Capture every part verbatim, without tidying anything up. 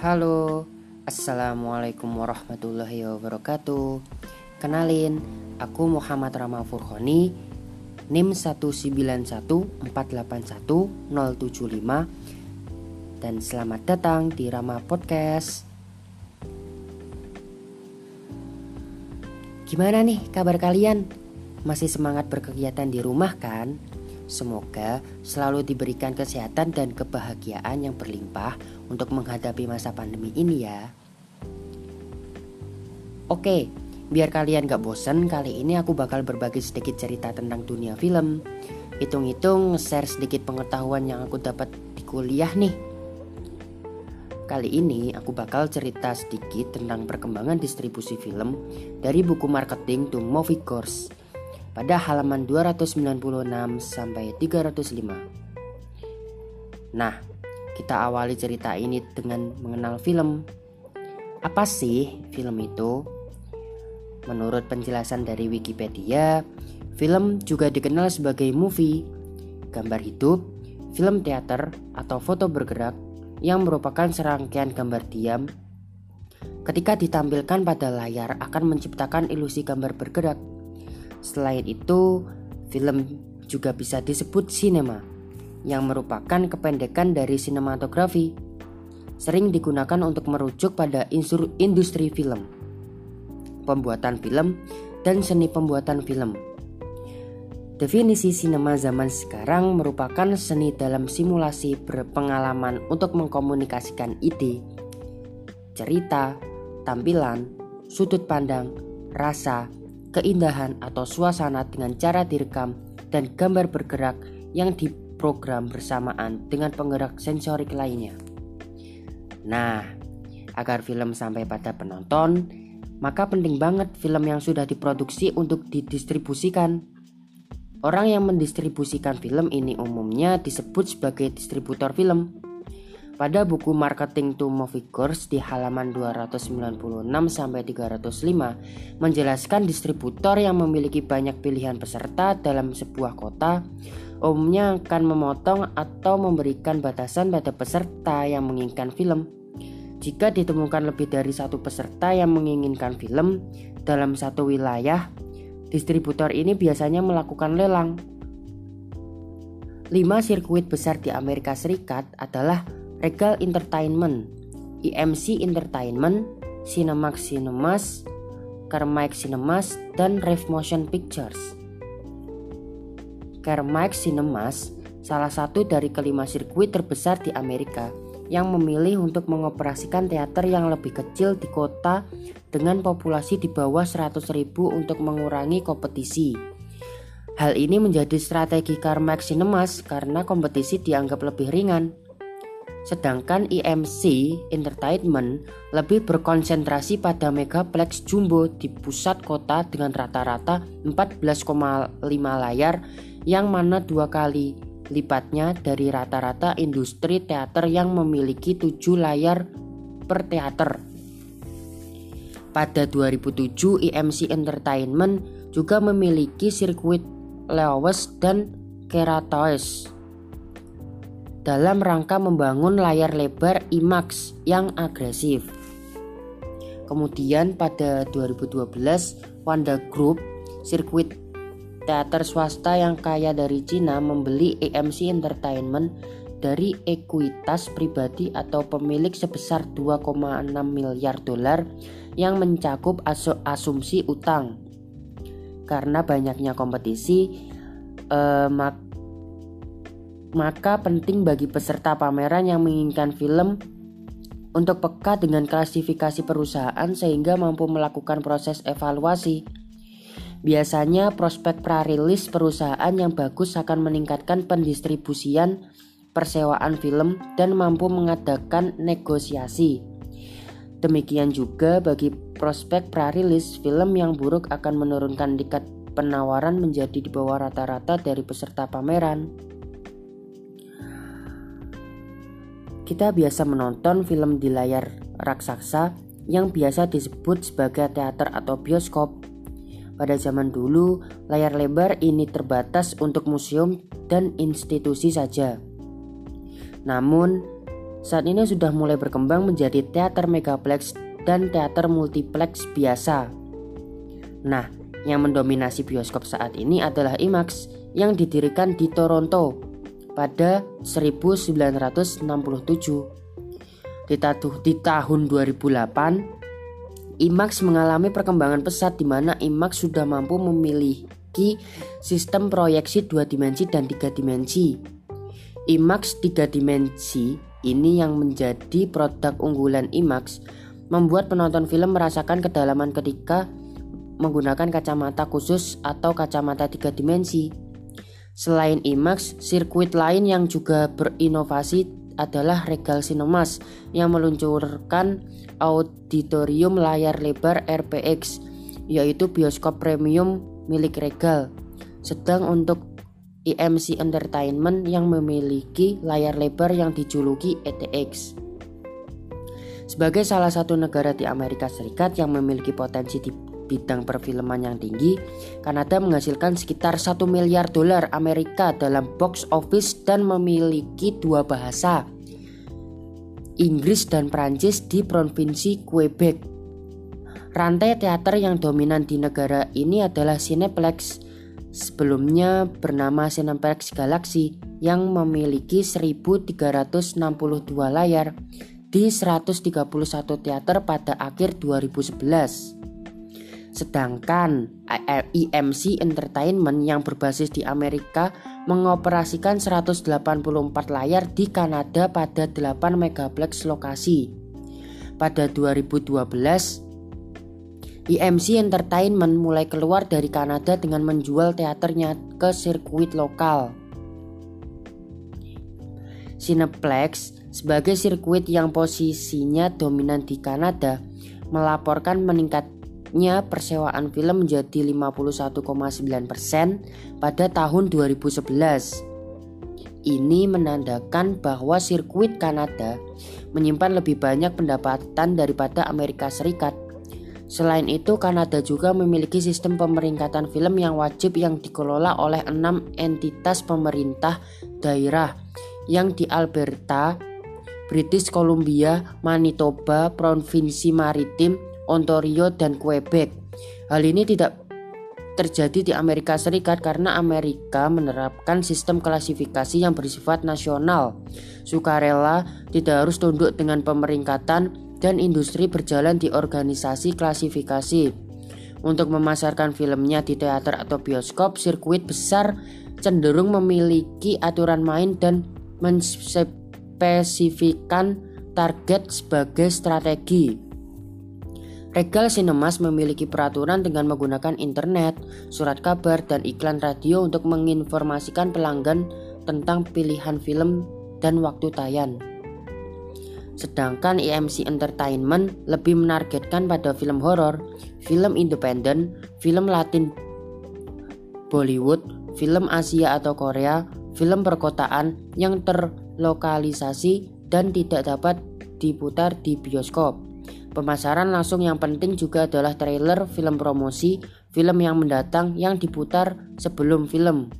Halo, Assalamualaikum warahmatullahi wabarakatuh. Kenalin, aku Muhammad Rama Furkhoni, N I M satu sembilan satu empat delapan satu nol tujuh lima. Dan selamat datang di Rama Podcast. Gimana nih kabar kalian? Masih semangat berkegiatan di rumah kan? Semoga selalu diberikan kesehatan dan kebahagiaan yang berlimpah untuk menghadapi masa pandemi ini ya. Oke, biar kalian gak bosen, kali ini aku bakal berbagi sedikit cerita tentang dunia film. Hitung-hitung share sedikit pengetahuan yang aku dapat di kuliah nih. Kali ini aku bakal cerita sedikit tentang perkembangan distribusi film dari buku Marketing to Movie Course pada halaman dua ratus sembilan puluh enam sampai tiga ratus lima. Nah, kita awali cerita ini dengan mengenal film. Apa sih film itu? Menurut penjelasan dari Wikipedia, film juga dikenal sebagai movie, gambar hidup, film teater atau foto bergerak yang merupakan serangkaian gambar diam ketika ditampilkan pada layar akan menciptakan ilusi gambar bergerak. Selain itu, film juga bisa disebut sinema, yang merupakan kependekan dari sinematografi, sering digunakan untuk merujuk pada industri film, pembuatan film, dan seni pembuatan film. Definisi sinema zaman sekarang merupakan seni dalam simulasi berpengalaman untuk mengkomunikasikan ide, cerita, tampilan, sudut pandang, rasa, keindahan atau suasana dengan cara direkam dan gambar bergerak yang diprogram bersamaan dengan penggerak sensorik lainnya. Nah, agar film sampai pada penonton, maka penting banget film yang sudah diproduksi untuk didistribusikan. Orang yang mendistribusikan film ini umumnya disebut sebagai distributor film. Pada buku Marketing to Movie Course di halaman dua ratus sembilan puluh enam sampai tiga ratus lima menjelaskan distributor yang memiliki banyak pilihan peserta dalam sebuah kota umumnya akan memotong atau memberikan batasan pada peserta yang menginginkan film. Jika ditemukan lebih dari satu peserta yang menginginkan film dalam satu wilayah, distributor ini biasanya melakukan lelang. Lima sirkuit besar di Amerika Serikat adalah Regal Entertainment, I M C Entertainment, Cinemax Cinemas, Carmax Cinemas, dan Rave Motion Pictures. Carmax Cinemas salah satu dari kelima sirkuit terbesar di Amerika yang memilih untuk mengoperasikan teater yang lebih kecil di kota dengan populasi di bawah seratus ribu untuk mengurangi kompetisi. Hal ini menjadi strategi Carmax Cinemas karena kompetisi dianggap lebih ringan. Sedangkan I M C Entertainment lebih berkonsentrasi pada megaplex jumbo di pusat kota dengan rata-rata empat belas koma lima layar, yang mana dua kali lipatnya dari rata-rata industri teater yang memiliki tujuh layar per teater. Pada dua ribu tujuh, I M C Entertainment juga memiliki sirkuit Lewes dan Keratoes dalam rangka membangun layar lebar IMAX yang agresif. Kemudian pada dua ribu dua belas, Wanda Group, sirkuit teater swasta yang kaya dari Cina, membeli I M C Entertainment dari ekuitas pribadi atau pemilik sebesar dua koma enam miliar dolar yang mencakup asu- asumsi utang. Karena banyaknya kompetisi, eh, mak- maka penting bagi peserta pameran yang menginginkan film untuk peka dengan klasifikasi perusahaan sehingga mampu melakukan proses evaluasi. Biasanya prospek prarilis perusahaan yang bagus akan meningkatkan pendistribusian persewaan film dan mampu mengadakan negosiasi. Demikian juga bagi prospek prarilis film yang buruk akan menurunkan tingkat penawaran menjadi di bawah rata-rata dari peserta pameran. Kita biasa menonton film di layar raksasa yang biasa disebut sebagai teater atau bioskop. Pada zaman dulu, layar lebar ini terbatas untuk museum dan institusi saja. Namun, saat ini sudah mulai berkembang menjadi teater megaplex dan teater multiplex biasa. Nah, yang mendominasi bioskop saat ini adalah IMAX yang didirikan di Toronto pada seribu sembilan ratus enam puluh tujuh. Di, di tahun dua ribu delapan, IMAX mengalami perkembangan pesat di mana IMAX sudah mampu memiliki sistem proyeksi dua dimensi dan tiga dimensi. IMAX tiga dimensi ini yang menjadi produk unggulan IMAX, membuat penonton film merasakan kedalaman ketika menggunakan kacamata khusus atau kacamata tiga dimensi. Selain IMAX, sirkuit lain yang juga berinovasi adalah Regal Cinemas yang meluncurkan auditorium layar lebar R P X, yaitu bioskop premium milik Regal. Sedang untuk I M C Entertainment yang memiliki layar lebar yang dijuluki E T X. Sebagai salah satu negara di Amerika Serikat yang memiliki potensi di bidang perfilman yang tinggi, Kanada menghasilkan sekitar satu miliar dolar Amerika dalam box office dan memiliki dua bahasa, Inggris dan Prancis di provinsi Quebec. Rantai teater yang dominan di negara ini adalah Cineplex, sebelumnya bernama Cineplex Galaxy, yang memiliki seribu tiga ratus enam puluh dua layar di seratus tiga puluh satu teater pada akhir dua ribu sebelas. Sedangkan I M C Entertainment yang berbasis di Amerika mengoperasikan seratus delapan puluh empat layar di Kanada pada delapan megaplex lokasi. Pada dua ribu dua belas, I M C Entertainment mulai keluar dari Kanada dengan menjual teaternya ke sirkuit lokal. Cineplex sebagai sirkuit yang posisinya dominan di Kanada melaporkan meningkatnya persewaan film menjadi lima puluh satu koma sembilan persen pada tahun dua ribu sebelas. Ini menandakan bahwa sirkuit Kanada menyimpan lebih banyak pendapatan daripada Amerika Serikat. Selain itu, Kanada juga memiliki sistem pemeringkatan film yang wajib yang dikelola oleh enam entitas pemerintah daerah yang di Alberta, British Columbia, Manitoba, Provinsi Maritim, Ontario, dan Quebec. Hal ini tidak terjadi di Amerika Serikat karena Amerika menerapkan sistem klasifikasi yang bersifat nasional. Sukarela tidak harus tunduk dengan pemeringkatan dan industri berjalan di organisasi klasifikasi. Untuk memasarkan filmnya di teater atau bioskop, sirkuit besar cenderung memiliki aturan main dan menspesifikkan target sebagai strategi. Regal Cinemas memiliki peraturan dengan menggunakan internet, surat kabar, dan iklan radio untuk menginformasikan pelanggan tentang pilihan film dan waktu tayang. Sedangkan I M C Entertainment lebih menargetkan pada film horor, film independen, film Latin Bollywood, film Asia atau Korea, film perkotaan yang terlokalisasi dan tidak dapat diputar di bioskop. Pemasaran langsung yang penting juga adalah trailer, film promosi, film yang mendatang yang diputar sebelum film.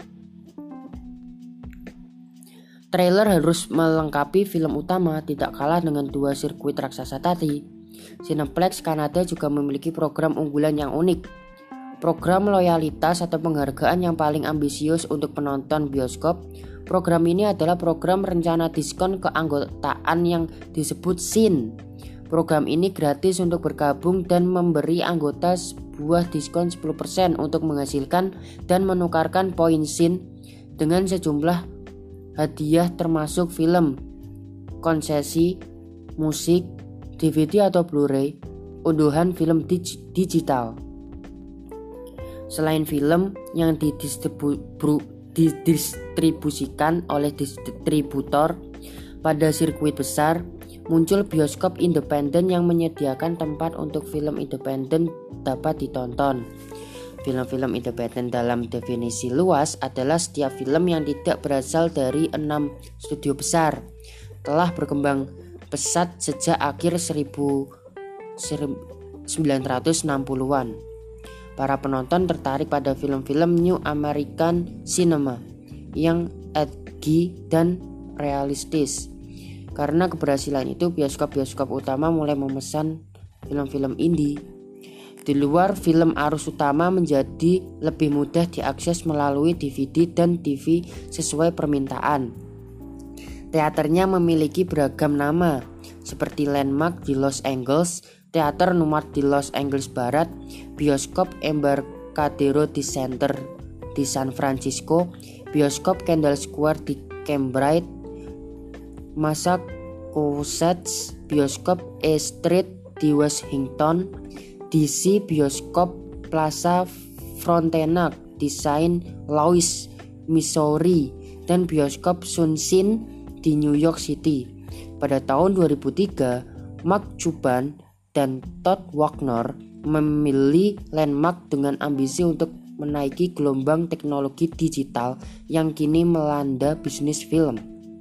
Trailer harus melengkapi film utama, tidak kalah dengan dua sirkuit raksasa tadi. Cineplex Kanada juga memiliki program unggulan yang unik. Program loyalitas atau penghargaan yang paling ambisius untuk penonton bioskop. Program ini adalah program rencana diskon keanggotaan yang disebut S I N. Program ini gratis untuk bergabung dan memberi anggota sebuah diskon sepuluh persen untuk menghasilkan dan menukarkan poin S I N dengan sejumlah hadiah termasuk film, konsesi, musik, D V D atau Blu-ray, unduhan film dig- digital. Selain film yang didistribu- didistribusikan oleh distributor pada sirkuit besar, muncul bioskop independen yang menyediakan tempat untuk film independen dapat ditonton. Film-film independen dalam definisi luas adalah setiap film yang tidak berasal dari enam studio besar. Telah berkembang pesat sejak akhir seribu sembilan ratus enam puluhan. Para penonton tertarik pada film-film New American Cinema yang edgy dan realistis. Karena keberhasilan itu, bioskop-bioskop utama mulai memesan film-film indie. Di luar, film arus utama menjadi lebih mudah diakses melalui D V D dan T V sesuai permintaan. Teaternya memiliki beragam nama, seperti Landmark di Los Angeles, Teater Numat di Los Angeles Barat, Bioskop Embarcadero di Center di San Francisco, Bioskop Kendall Square di Cambridge, Massachusetts, Bioskop E Street di Washington D C, Bioskop Plaza Frontenac di Saint Louis, Missouri, dan Bioskop Sunshine di New York City. Pada tahun dua ribu tiga, Mark Cuban dan Todd Wagner memilih Landmark dengan ambisi untuk menaiki gelombang teknologi digital yang kini melanda bisnis film.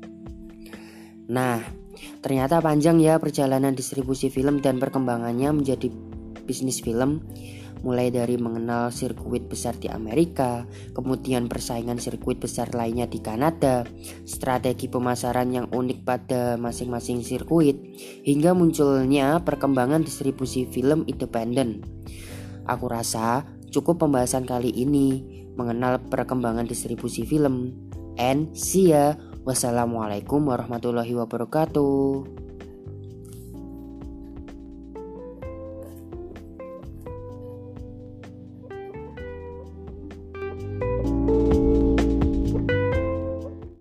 Nah, ternyata panjang ya perjalanan distribusi film dan perkembangannya menjadi bisnis film, mulai dari mengenal sirkuit besar di Amerika, kemudian persaingan sirkuit besar lainnya di Kanada, strategi pemasaran yang unik pada masing-masing sirkuit, hingga munculnya perkembangan distribusi film independen. Aku rasa cukup pembahasan kali ini mengenal perkembangan distribusi film. And see ya. Wassalamualaikum warahmatullahi wabarakatuh.